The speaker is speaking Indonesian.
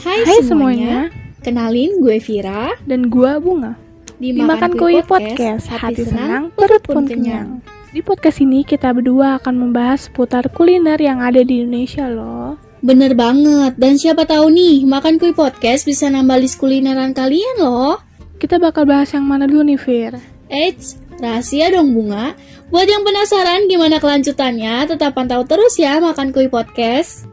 Hai semuanya, kenalin gue Vira dan gue Bunga. Dimakan Kuy Podcast, hati senang, perut pun kenyang. Di podcast ini kita berdua akan membahas seputar kuliner yang ada di Indonesia loh. Bener banget, dan siapa tahu nih, Makan Kuy Podcast bisa nambah list kulineran kalian loh. Kita bakal bahas yang mana dulu nih, Vir? Eits, rahasia dong Bunga. Buat yang penasaran gimana kelanjutannya, tetap pantau terus ya Makan Kuy Podcast.